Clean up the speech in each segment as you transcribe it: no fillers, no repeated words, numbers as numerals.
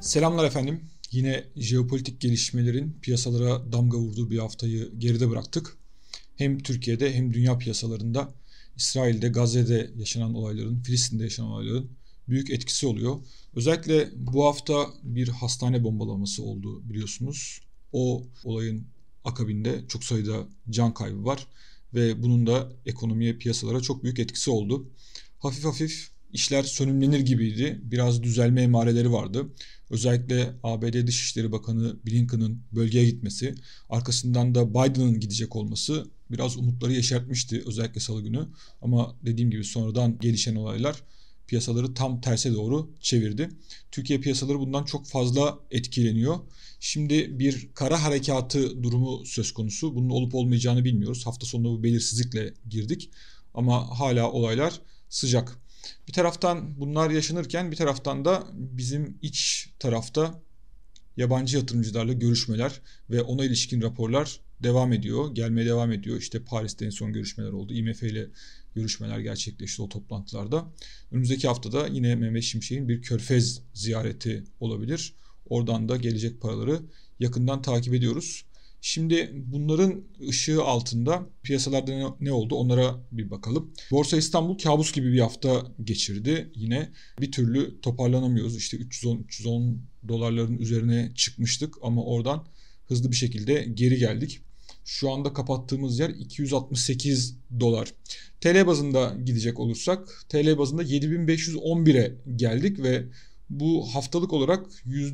Selamlar efendim. Yine jeopolitik gelişmelerin piyasalara damga vurduğu bir haftayı geride bıraktık. Hem Türkiye'de hem dünya piyasalarında İsrail'de, Gazze'de yaşanan olayların, Filistin'de yaşanan olayların büyük etkisi oluyor. Özellikle bu hafta bir hastane bombalaması oldu biliyorsunuz. O olayın akabinde çok sayıda can kaybı var ve bunun da ekonomiye, piyasalara çok büyük etkisi oldu. Hafif hafif işler sönümlenir gibiydi. Biraz düzelme emareleri vardı. Özellikle ABD Dışişleri Bakanı Blinken'ın bölgeye gitmesi, arkasından da Biden'ın gidecek olması biraz umutları yeşertmişti özellikle Salı günü. Ama dediğim gibi sonradan gelişen olaylar piyasaları tam terse doğru çevirdi. Türkiye piyasaları bundan çok fazla etkileniyor. Şimdi bir kara harekatı durumu söz konusu. Bunun olup olmayacağını bilmiyoruz. Hafta sonunda bu belirsizlikle girdik. Ama hala olaylar sıcak. Bir taraftan bunlar yaşanırken bir taraftan da bizim iç tarafta yabancı yatırımcılarla görüşmeler ve ona ilişkin raporlar devam ediyor. Gelmeye devam ediyor. İşte Paris'te en son görüşmeler oldu. IMF ile görüşmeler gerçekleşti o toplantılarda. Önümüzdeki haftada yine Mehmet Şimşek'in bir Körfez ziyareti olabilir. Oradan da gelecek paraları yakından takip ediyoruz. Şimdi bunların ışığı altında piyasalarda ne oldu onlara bir bakalım. Borsa İstanbul kabus gibi bir hafta geçirdi. Yine bir türlü toparlanamıyoruz. İşte 310 dolarların üzerine çıkmıştık ama oradan hızlı bir şekilde geri geldik. Şu anda kapattığımız yer 268 dolar. TL bazında gidecek olursak TL bazında 7511'e geldik ve bu haftalık olarak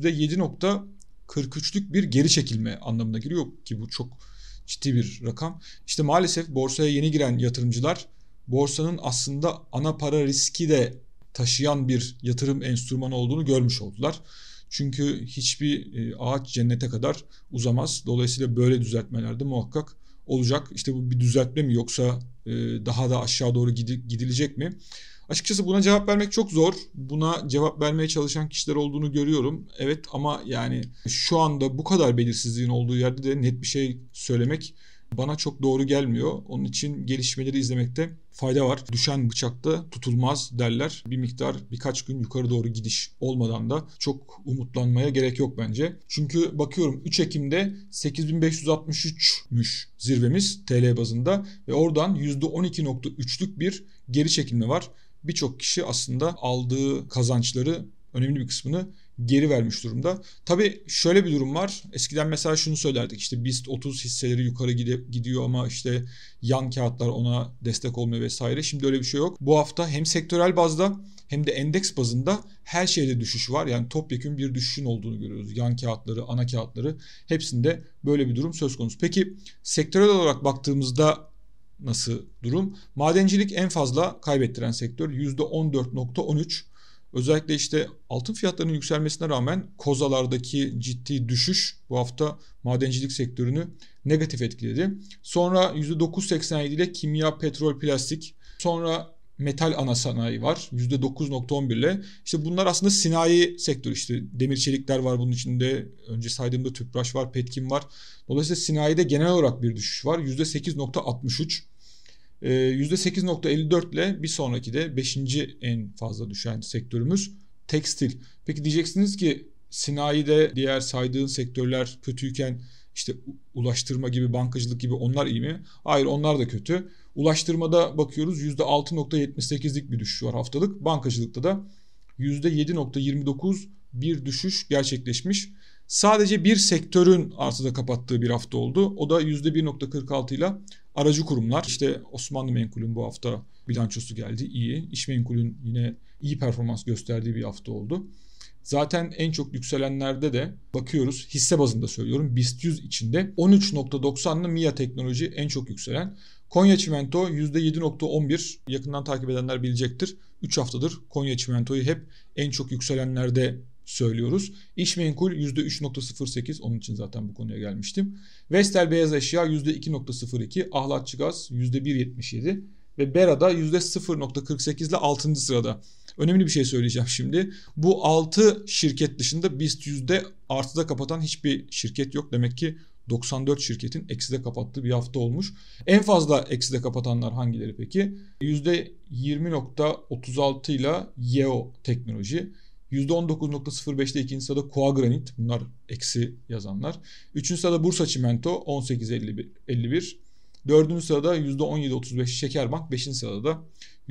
%7,43'lük bir geri çekilme anlamına geliyor ki bu çok ciddi bir rakam. İşte maalesef borsaya yeni giren yatırımcılar borsanın aslında ana para riski de taşıyan bir yatırım enstrümanı olduğunu görmüş oldular. Çünkü hiçbir ağaç cennete kadar uzamaz. Dolayısıyla böyle düzeltmeler de muhakkak olacak. İşte bu bir düzeltme mi yoksa daha da aşağı doğru gidilecek mi? Açıkçası buna cevap vermek çok zor. Buna cevap vermeye çalışan kişiler olduğunu görüyorum. Evet ama yani şu anda bu kadar belirsizliğin olduğu yerde de net bir şey söylemek bana çok doğru gelmiyor. Onun için gelişmeleri izlemekte fayda var. Düşen bıçakta tutulmaz derler. Bir miktar birkaç gün yukarı doğru gidiş olmadan da çok umutlanmaya gerek yok bence. Çünkü bakıyorum 3 Ekim'de 8563'müş zirvemiz TL bazında ve oradan %12,3'lük bir geri çekilme var. Birçok kişi aslında aldığı kazançları önemli bir kısmını geri vermiş durumda. Tabii şöyle bir durum var. Eskiden mesela şunu söylerdik. İşte BIST 30 hisseleri yukarı gidiyor ama işte yan kağıtlar ona destek olmuyor vesaire. Şimdi öyle bir şey yok. Bu hafta hem sektörel bazda hem de endeks bazında her şeyde düşüş var. Yani topyekün bir düşüşün olduğunu görüyoruz. Yan kağıtları, ana kağıtları hepsinde böyle bir durum söz konusu. Peki sektörel olarak baktığımızda nasıl durum? Madencilik en fazla kaybettiren sektör %14,13. Özellikle işte altın fiyatlarının yükselmesine rağmen kozalardaki ciddi düşüş bu hafta madencilik sektörünü negatif etkiledi. Sonra %9,87 ile kimya, petrol, plastik. Sonra metal ana sanayi var %9,11 ile. İşte bunlar aslında sinayi sektörü, işte demir çelikler var bunun içinde. Önce saydığımda Tüpraş var, Petkim var. Dolayısıyla sinayide genel olarak bir düşüş var. %8,63. %8,54 ile bir sonraki de 5. en fazla düşen sektörümüz tekstil. Peki diyeceksiniz ki sanayide diğer saydığın sektörler kötüyken işte ulaştırma gibi, bankacılık gibi onlar iyi mi? Hayır, onlar da kötü. Ulaştırmada bakıyoruz %6,78'lik bir düşüş var haftalık. Bankacılıkta da %7,29 bir düşüş gerçekleşmiş. Sadece bir sektörün artıda kapattığı bir hafta oldu. O da %1,46 ile aracı kurumlar. İşte Osmanlı Menkul'ün bu hafta bilançosu geldi, iyi. İş Menkul'ün yine iyi performans gösterdiği bir hafta oldu. Zaten en çok yükselenlerde de bakıyoruz, hisse bazında söylüyorum, BIST 100 içinde 13,90'lı MİA Teknoloji en çok yükselen. Konya Çimento %7,11, yakından takip edenler bilecektir. 3 haftadır Konya Çimento'yu hep en çok yükselenlerde söylüyoruz. İşmenkul %3,08, onun için zaten bu konuya gelmiştim. Vestel Beyaz Eşya %2,02, Ahlatçıgaz %1,77 ve Berada %0,48 ile 6. sırada. Önemli bir şey söyleyeceğim şimdi. Bu 6 şirket dışında BIST 100'de artıda kapatan hiçbir şirket yok. Demek ki 94 şirketin ekside kapattığı bir hafta olmuş. En fazla ekside kapatanlar hangileri peki? %20,36 ile Yeo Teknoloji, %19.05'te ikinci sırada Koa Granit. Bunlar eksi yazanlar. Üçüncü sırada Bursa Çimento 18.51. Dördüncü sırada %17.35 Şekerbank. Beşinci sırada da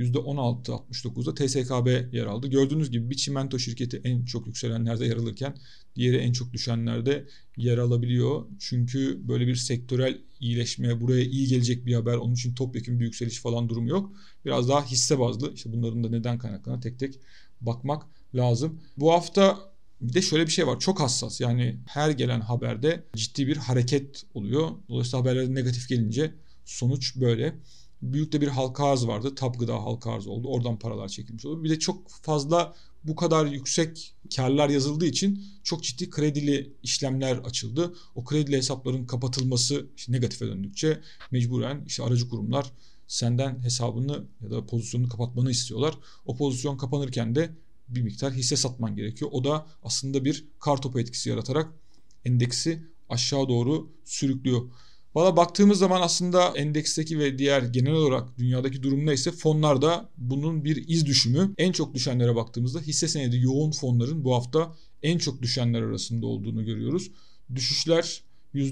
%16.69'da TSKB yer aldı. Gördüğünüz gibi bir çimento şirketi en çok yükselenlerde yer alırken diğeri en çok düşenlerde yer alabiliyor. Çünkü böyle bir sektörel iyileşme, buraya iyi gelecek bir haber, onun için topyekun bir yükseliş falan durumu yok. Biraz daha hisse bazlı. İşte bunların da neden kaynaklanır tek tek bakmak lazım. Bu hafta bir de şöyle bir şey var. Çok hassas. Yani her gelen haberde ciddi bir hareket oluyor. Dolayısıyla haberlerde negatif gelince sonuç böyle. Büyük de bir halka arz vardı. TAP Gıda halka arz oldu. Oradan paralar çekilmiş oldu. Bir de çok fazla bu kadar yüksek karlar yazıldığı için çok ciddi kredili işlemler açıldı. O kredili hesapların kapatılması işte negatife döndükçe mecburen işte aracı kurumlar senden hesabını ya da pozisyonunu kapatmanı istiyorlar. O pozisyon kapanırken de bir miktar hisse satman gerekiyor. O da aslında bir kartopu etkisi yaratarak endeksi aşağı doğru sürüklüyor. Valla baktığımız zaman aslında endeksteki ve diğer genel olarak dünyadaki durum neyse fonlar da bunun bir iz düşümü. En çok düşenlere baktığımızda hisse senedi yoğun fonların bu hafta en çok düşenler arasında olduğunu görüyoruz. Düşüşler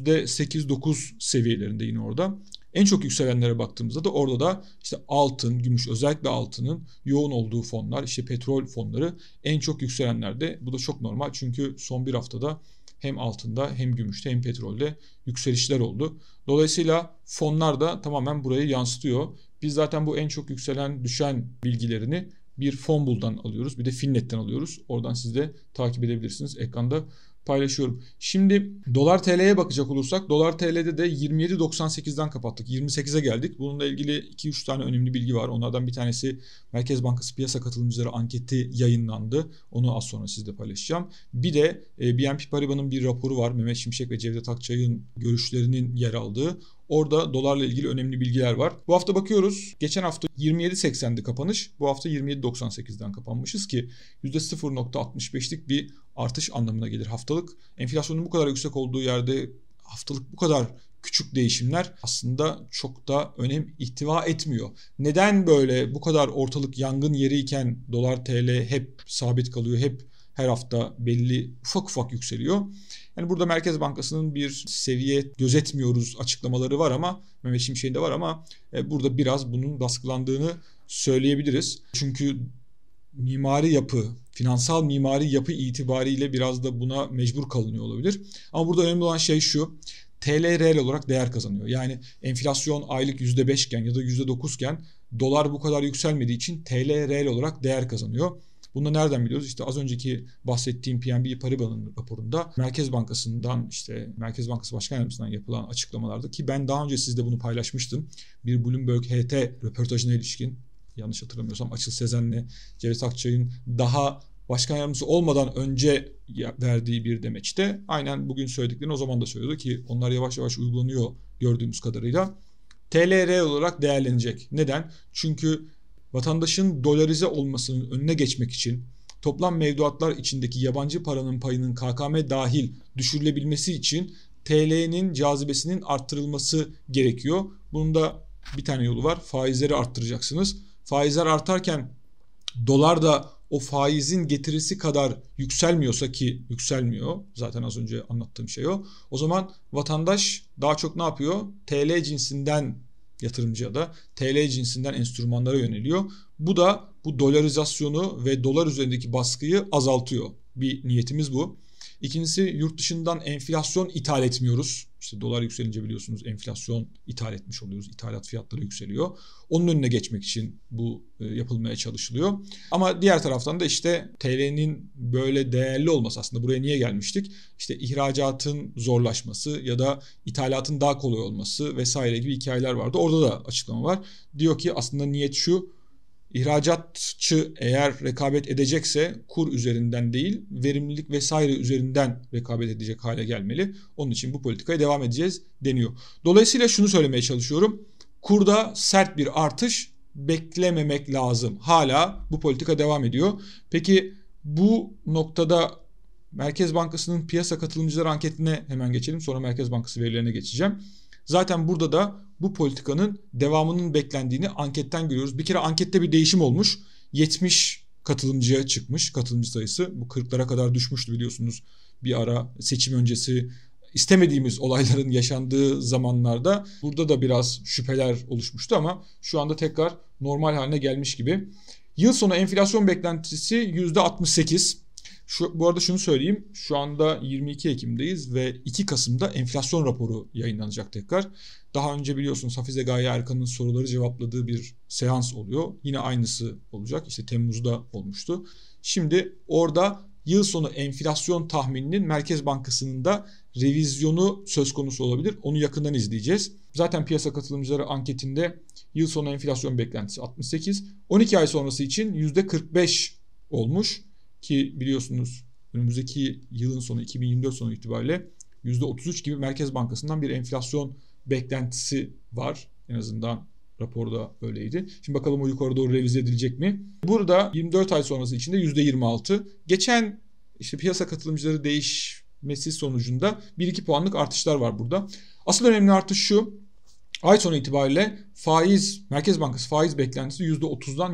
%8-9 seviyelerinde yine orada. En çok yükselenlere baktığımızda da orada da işte altın, gümüş, özellikle altının yoğun olduğu fonlar, işte petrol fonları en çok yükselenlerde. Bu da çok normal çünkü son bir haftada hem altında hem gümüşte hem petrolde yükselişler oldu. Dolayısıyla fonlar da tamamen burayı yansıtıyor. Biz zaten bu en çok yükselen düşen bilgilerini bir Fonbul'dan alıyoruz. Bir de Finnet'ten alıyoruz. Oradan siz de takip edebilirsiniz. Ekranda paylaşıyorum. Şimdi dolar TL'ye bakacak olursak dolar TL'de de 27.98'den kapattık. 28'e geldik. Bununla ilgili 2-3 tane önemli bilgi var. Onlardan bir tanesi Merkez Bankası piyasa katılımcıları anketi yayınlandı. Onu az sonra sizle paylaşacağım. Bir de BNP Paribas'ın bir raporu var. Mehmet Şimşek ve Cevdet Akçay'ın görüşlerinin yer aldığı. Orada dolarla ilgili önemli bilgiler var. Bu hafta bakıyoruz. Geçen hafta 27.80'di kapanış. Bu hafta 27.98'den kapanmışız ki %0.65'lik bir artış anlamına gelir haftalık. Enflasyonun bu kadar yüksek olduğu yerde haftalık bu kadar küçük değişimler aslında çok da önem ihtiva etmiyor. Neden böyle bu kadar ortalık yangın yeriyken dolar TL hep sabit kalıyor, hep her hafta belli ufak ufak yükseliyor? Yani burada Merkez Bankası'nın bir seviye gözetmiyoruz açıklamaları var ama Mehmet Şimşek'in de var ama burada biraz bunun baskılandığını söyleyebiliriz. Çünkü mimari yapı, finansal mimari yapı itibariyle biraz da buna mecbur kalınıyor olabilir. Ama burada önemli olan şey şu. TL reel olarak değer kazanıyor. Yani enflasyon aylık %5 iken ya da %9 iken dolar bu kadar yükselmediği için TL reel olarak değer kazanıyor. Bunu da nereden biliyoruz? İşte az önceki bahsettiğim BNP Paribas'ın raporunda Merkez Bankası'ndan işte Merkez Bankası Başkan Yardımcısından yapılan açıklamalarda ki ben daha önce sizde bunu paylaşmıştım. Bir Bloomberg HT röportajına ilişkin yanlış hatırlamıyorsam Açıl Sezen'le Cevdet Akçay'ın daha başkan yardımcısı olmadan önce verdiği bir demeçte aynen bugün söylediklerini o zaman da söylüyordu ki onlar yavaş yavaş uygulanıyor gördüğümüz kadarıyla. TL reel olarak değerlenecek. Neden? Çünkü vatandaşın dolarize olmasının önüne geçmek için toplam mevduatlar içindeki yabancı paranın payının KKM dahil düşürülebilmesi için TL'nin cazibesinin arttırılması gerekiyor. Bunun da bir tane yolu var. Faizleri arttıracaksınız. Faizler artarken dolar da o faizin getirisi kadar yükselmiyorsa ki yükselmiyor. Zaten az önce anlattığım şey o. O zaman vatandaş daha çok ne yapıyor? TL cinsinden yatırımcıya da TL cinsinden enstrümanlara yöneliyor. Bu da bu dolarizasyonu ve dolar üzerindeki baskıyı azaltıyor. Bir niyetimiz bu. İkincisi yurt dışından enflasyon ithal etmiyoruz. İşte dolar yükselince biliyorsunuz enflasyon ithal etmiş oluyoruz. İthalat fiyatları yükseliyor. Onun önüne geçmek için bu yapılmaya çalışılıyor. Ama diğer taraftan da işte TL'nin böyle değerli olması aslında buraya niye gelmiştik? İşte ihracatın zorlaşması ya da ithalatın daha kolay olması vesaire gibi hikayeler vardı. Orada da açıklama var. Diyor ki aslında niyet şu. İhracatçı eğer rekabet edecekse kur üzerinden değil verimlilik vesaire üzerinden rekabet edecek hale gelmeli. Onun için bu politikaya devam edeceğiz deniyor. Dolayısıyla şunu söylemeye çalışıyorum. Kurda sert bir artış beklememek lazım. Hala bu politika devam ediyor. Peki bu noktada Merkez Bankası'nın piyasa katılımcıları anketine hemen geçelim. Sonra Merkez Bankası verilerine geçeceğim. Zaten burada da bu politikanın devamının beklendiğini anketten görüyoruz. Bir kere ankette bir değişim olmuş. 70 katılımcıya çıkmış. Katılımcı sayısı bu 40'lara kadar düşmüştü biliyorsunuz. Bir ara seçim öncesi istemediğimiz olayların yaşandığı zamanlarda burada da biraz şüpheler oluşmuştu ama şu anda tekrar normal haline gelmiş gibi. Yıl sonu enflasyon beklentisi %68. Bu arada şunu söyleyeyim. Şu anda 22 Ekim'deyiz ve 2 Kasım'da enflasyon raporu yayınlanacak tekrar. Daha önce biliyorsunuz Hafize Gaye Erkan'ın soruları cevapladığı bir seans oluyor. Yine aynısı olacak. İşte Temmuz'da olmuştu. Şimdi orada yıl sonu enflasyon tahmininin Merkez Bankası'nın da revizyonu söz konusu olabilir. Onu yakından izleyeceğiz. Zaten piyasa katılımcıları anketinde yıl sonu enflasyon beklentisi 68. 12 ay sonrası için %45 olmuş. Ki biliyorsunuz önümüzdeki yılın sonu 2024 sonu itibariyle %33 gibi Merkez Bankası'ndan bir enflasyon beklentisi var. En azından raporda öyleydi. Şimdi bakalım o yukarı doğru revize edilecek mi? Burada 24 ay sonrası içinde %26. Geçen işte piyasa katılımcıları değişmesi sonucunda 1-2 puanlık artışlar var burada. Asıl önemli artış şu. Ay sonu itibariyle Merkez Bankası faiz beklentisi %30'dan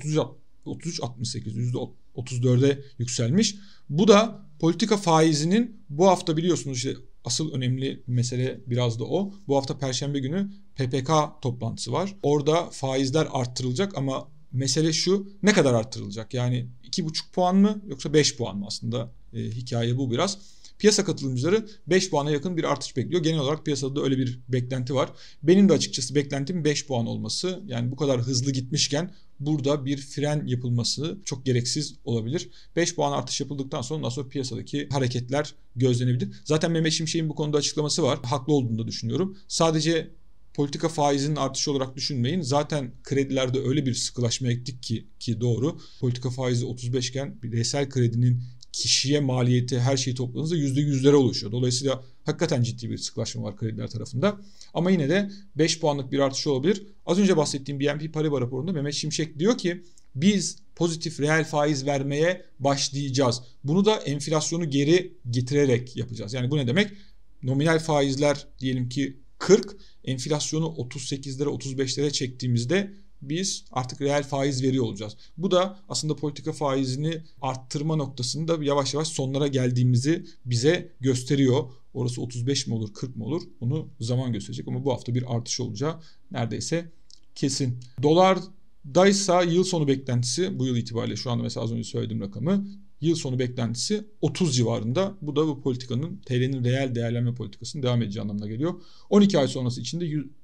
%33.68, %34'e yükselmiş. Bu da politika faizinin bu hafta biliyorsunuz işte asıl önemli mesele biraz da o. Bu hafta Perşembe günü PPK toplantısı var. Orada faizler arttırılacak ama mesele şu, ne kadar arttırılacak? Yani 2,5 puan mı yoksa 5 puan mı aslında hikaye bu biraz. Piyasa katılımcıları 5 puana yakın bir artış bekliyor. Genel olarak piyasada da öyle bir beklenti var. Benim de açıkçası beklentim 5 puan olması. Yani bu kadar hızlı gitmişken burada bir fren yapılması çok gereksiz olabilir. 5 puan artış yapıldıktan sonra ondan sonra piyasadaki hareketler gözlenebilir. Zaten Mehmet Şimşek'in bu konuda açıklaması var. Haklı olduğunu da düşünüyorum. Sadece politika faizinin artışı olarak düşünmeyin. Zaten kredilerde öyle bir sıkılaşmaya gittik ki doğru. Politika faizi 35 iken bireysel kredinin kişiye maliyeti her şeyi topladığınızda %100'lere ulaşıyor. Dolayısıyla hakikaten ciddi bir sıkılaşma var krediler tarafında. Ama yine de 5 puanlık bir artış olabilir. Az önce bahsettiğim BNP Paribas raporunda Mehmet Şimşek diyor ki biz pozitif reel faiz vermeye başlayacağız. Bunu da enflasyonu geri getirerek yapacağız. Yani bu ne demek? Nominal faizler diyelim ki 40, enflasyonu 38'lere 35'lere çektiğimizde biz artık reel faiz veriyor olacağız. Bu da aslında politika faizini arttırma noktasında yavaş yavaş sonlara geldiğimizi bize gösteriyor. Orası 35 mi olur 40 mı olur onu zaman gösterecek ama bu hafta bir artış olacağı neredeyse kesin. Dolardaysa yıl sonu beklentisi bu yıl itibariyle şu anda mesela az önce söylediğim rakamı yıl sonu beklentisi 30 civarında. Bu da bu politikanın TL'nin reel değerlenme politikasının devam edeceği anlamına geliyor. 12 ay sonrası içinde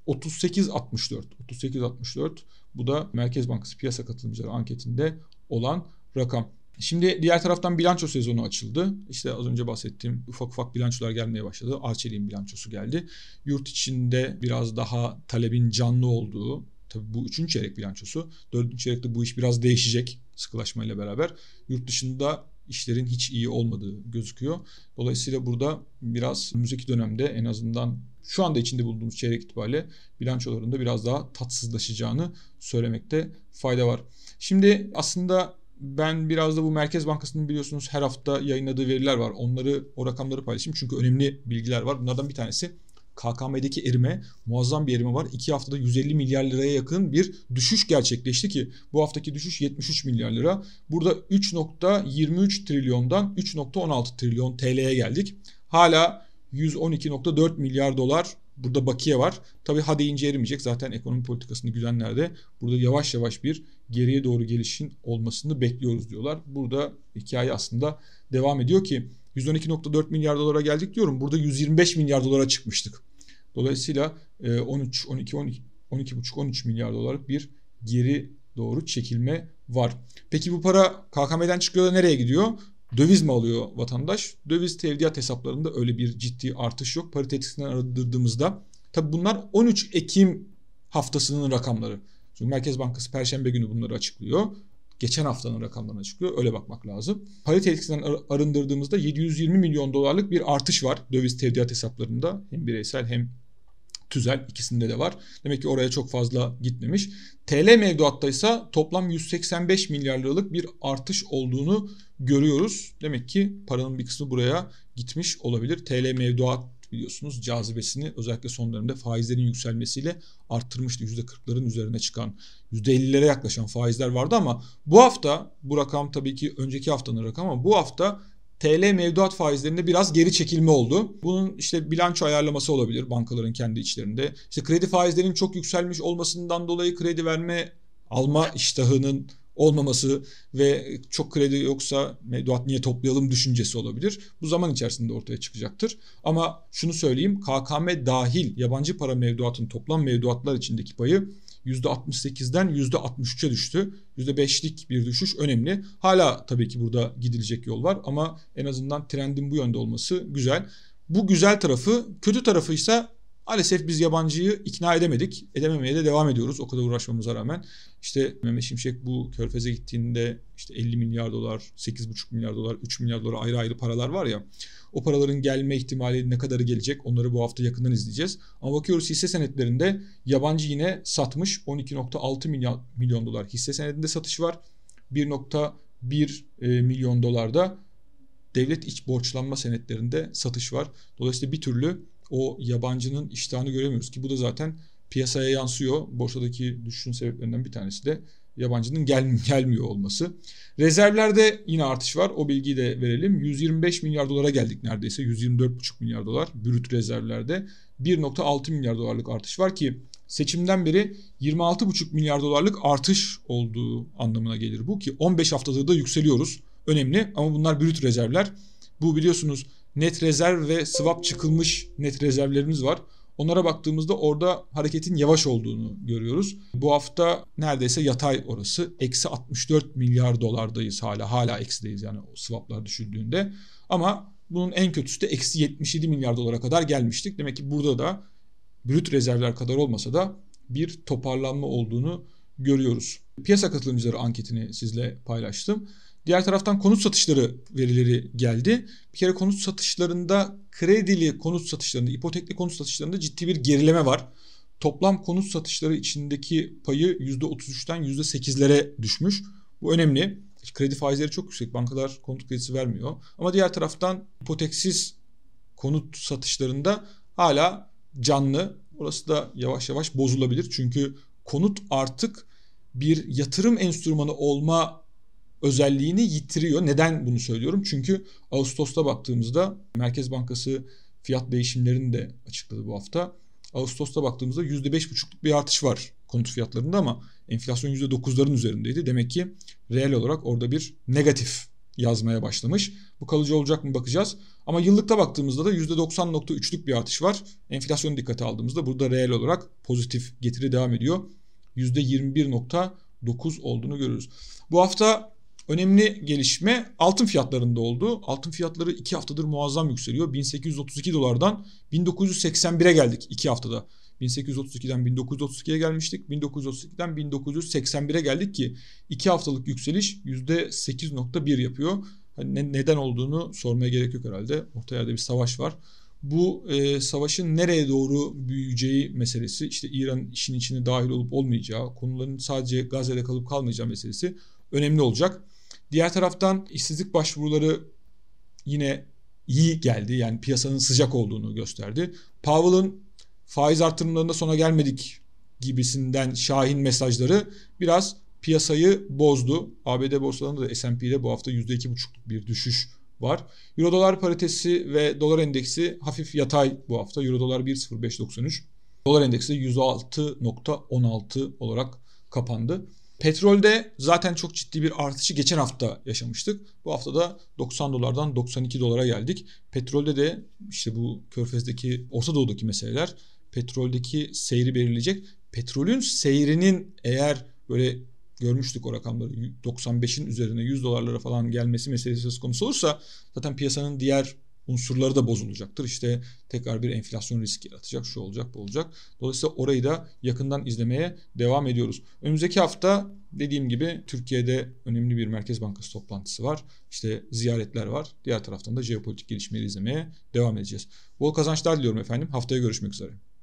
38.64 bu da Merkez Bankası piyasa katılımcıları anketinde olan rakam. Şimdi diğer taraftan bilanço sezonu açıldı. İşte az önce bahsettiğim ufak ufak bilançolar gelmeye başladı. Arçelik'in bilançosu geldi. Yurt içinde biraz daha talebin canlı olduğu, tabii bu 3. çeyrek bilançosu. 4. çeyrekte bu iş biraz değişecek sıkılaşmayla beraber. Yurt dışında işlerin hiç iyi olmadığı gözüküyor. Dolayısıyla burada biraz önümüzdeki dönemde en azından şu anda içinde bulunduğumuz çeyrek itibariyle bilançolarında biraz daha tatsızlaşacağını söylemekte fayda var. Şimdi aslında ben biraz da bu Merkez Bankası'nın biliyorsunuz her hafta yayınladığı veriler var. O rakamları paylaşayım çünkü önemli bilgiler var. Bunlardan bir tanesi KKM'deki erime, muazzam bir erime var. 2 haftada 150 milyar liraya yakın bir düşüş gerçekleşti ki bu haftaki düşüş 73 milyar lira. Burada 3.23 trilyondan 3.16 trilyon TL'ye geldik. Hala 112.4 milyar dolar burada bakiye var. Tabii ha deyince erimeyecek. Zaten ekonomi politikasını güdenler de burada yavaş yavaş bir geriye doğru gelişin olmasını bekliyoruz diyorlar. Burada hikaye aslında devam ediyor ki 112.4 milyar dolara geldik diyorum. Burada 125 milyar dolara çıkmıştık. Dolayısıyla 12,5-13 milyar dolarlık bir geri doğru çekilme var. Peki bu para KKM'den çıkıyor da nereye gidiyor? Döviz mi alıyor vatandaş? Döviz tevdiat hesaplarında öyle bir ciddi artış yok. Parite etkisinden arındırdığımızda tabii bunlar 13 Ekim haftasının rakamları. Çünkü Merkez Bankası Perşembe günü bunları açıklıyor. Geçen haftanın rakamlarını açıklıyor. Öyle bakmak lazım. Parite etkisinden arındırdığımızda 720 milyon dolarlık bir artış var döviz tevdiat hesaplarında. Hem bireysel hem tüzel ikisinde de var. Demek ki oraya çok fazla gitmemiş. TL mevduatta ise toplam 185 milyar liralık bir artış olduğunu görüyoruz. Demek ki paranın bir kısmı buraya gitmiş olabilir. TL mevduat biliyorsunuz cazibesini özellikle son dönemde faizlerin yükselmesiyle arttırmıştı. %40'ların üzerine çıkan, %50'lere yaklaşan faizler vardı ama bu hafta, bu rakam tabii ki önceki haftanın rakamı ama bu hafta TL mevduat faizlerinde biraz geri çekilme oldu. Bunun işte bilanço ayarlaması olabilir bankaların kendi içlerinde. İşte kredi faizlerinin çok yükselmiş olmasından dolayı kredi verme alma iştahının olmaması ve çok kredi yoksa mevduat niye toplayalım düşüncesi olabilir. Bu zaman içerisinde ortaya çıkacaktır. Ama şunu söyleyeyim, KKM dahil yabancı para mevduatın toplam mevduatlar içindeki payı %68'den %63'e düştü. %5'lik bir düşüş önemli. Hala tabii ki burada gidilecek yol var ama en azından trendin bu yönde olması güzel. Bu güzel tarafı, kötü tarafı ise maalesef biz yabancıyı ikna edemedik. Edememeye de devam ediyoruz o kadar uğraşmamıza rağmen. İşte Mehmet Şimşek bu Körfez'e gittiğinde işte 50 milyar dolar, 8,5 milyar dolar, 3 milyar dolar ayrı ayrı paralar var ya. O paraların gelme ihtimali ne kadarı gelecek onları bu hafta yakından izleyeceğiz. Ama bakıyoruz hisse senetlerinde yabancı yine satmış 12,6 milyon dolar hisse senedinde satış var. 1,1 milyon dolarda devlet iç borçlanma senetlerinde satış var. Dolayısıyla bir türlü o yabancının iştahını göremiyoruz ki bu da zaten piyasaya yansıyor. Borsadaki düşüşün sebeplerinden bir tanesi de yabancının gelmiyor olması. Rezervlerde yine artış var. O bilgiyi de verelim. 125 milyar dolara geldik neredeyse. 124,5 milyar dolar brüt rezervlerde. 1,6 milyar dolarlık artış var ki seçimden beri 26,5 milyar dolarlık artış olduğu anlamına gelir bu ki 15 haftadır da yükseliyoruz. Önemli ama bunlar brüt rezervler. Bu biliyorsunuz net rezerv ve swap çıkılmış net rezervlerimiz var. Onlara baktığımızda orada hareketin yavaş olduğunu görüyoruz. Bu hafta neredeyse yatay orası. Eksi 64 milyar dolardayız hala. Hala eksideyiz yani o swaplar düşüldüğünde. Ama bunun en kötüsü de eksi 77 milyar dolara kadar gelmiştik. Demek ki burada da brüt rezervler kadar olmasa da bir toparlanma olduğunu görüyoruz. Piyasa katılımcıları anketini sizle paylaştım. Diğer taraftan konut satışları verileri geldi. Bir kere konut satışlarında, kredili konut satışlarında, ipotekli konut satışlarında ciddi bir gerileme var. Toplam konut satışları içindeki payı %33'ten %8'lere düşmüş. Bu önemli. Kredi faizleri çok yüksek. Bankalar konut kredisi vermiyor. Ama diğer taraftan ipoteksiz konut satışlarında hala canlı. Orası da yavaş yavaş bozulabilir. Çünkü konut artık bir yatırım enstrümanı olma özelliğini yitiriyor. Neden bunu söylüyorum? Çünkü Ağustos'ta baktığımızda Merkez Bankası fiyat değişimlerini de açıkladı bu hafta. Ağustos'ta baktığımızda %5,5'luk bir artış var konut fiyatlarında ama enflasyon %9'ların üzerindeydi. Demek ki reel olarak orada bir negatif yazmaya başlamış. Bu kalıcı olacak mı bakacağız. Ama yıllıkta baktığımızda da %90,3'lük bir artış var. Enflasyonu dikkate aldığımızda burada reel olarak pozitif getiri devam ediyor. %21,9 olduğunu görürüz. Bu hafta önemli gelişme altın fiyatlarında oldu. Altın fiyatları 2 haftadır muazzam yükseliyor. 1832 dolardan 1981'e geldik 2 haftada. 1832'den 1932'ye gelmiştik. 1932'den 1981'e geldik ki 2 haftalık yükseliş %8,1 yapıyor. Hani neden olduğunu sormaya gerek yok herhalde. Orta yerde bir savaş var. Bu savaşın nereye doğru büyüyeceği meselesi, işte İran işin içine dahil olup olmayacağı, konuların sadece Gazze'de kalıp kalmayacağı meselesi önemli olacak. Diğer taraftan işsizlik başvuruları yine iyi geldi. Yani piyasanın sıcak olduğunu gösterdi. Powell'ın faiz artırımlarında sona gelmedik gibisinden şahin mesajları biraz piyasayı bozdu. ABD borsalarında da S&P'de bu hafta %2,5'luk bir düşüş var. Euro dolar paritesi ve dolar endeksi hafif yatay bu hafta. Euro dolar 1.0593. Dolar endeksi 106,16 olarak kapandı. Petrolde zaten çok ciddi bir artışı geçen hafta yaşamıştık. Bu hafta da 90 dolardan 92 dolara geldik. Petrolde de işte bu Körfez'deki, Orta Doğu'daki meseleler petroldeki seyri belirleyecek. Petrolün seyrinin eğer böyle görmüştük o rakamları 95'in üzerine 100 dolarlara falan gelmesi meselesi söz konusu olursa zaten piyasanın diğer unsurları da bozulacaktır. İşte tekrar bir enflasyon riski yaratacak, şu olacak, bu olacak. Dolayısıyla orayı da yakından izlemeye devam ediyoruz. Önümüzdeki hafta dediğim gibi Türkiye'de önemli bir Merkez Bankası toplantısı var. İşte ziyaretler var. Diğer taraftan da jeopolitik gelişmeleri izlemeye devam edeceğiz. Bol kazançlar diliyorum efendim. Haftaya görüşmek üzere.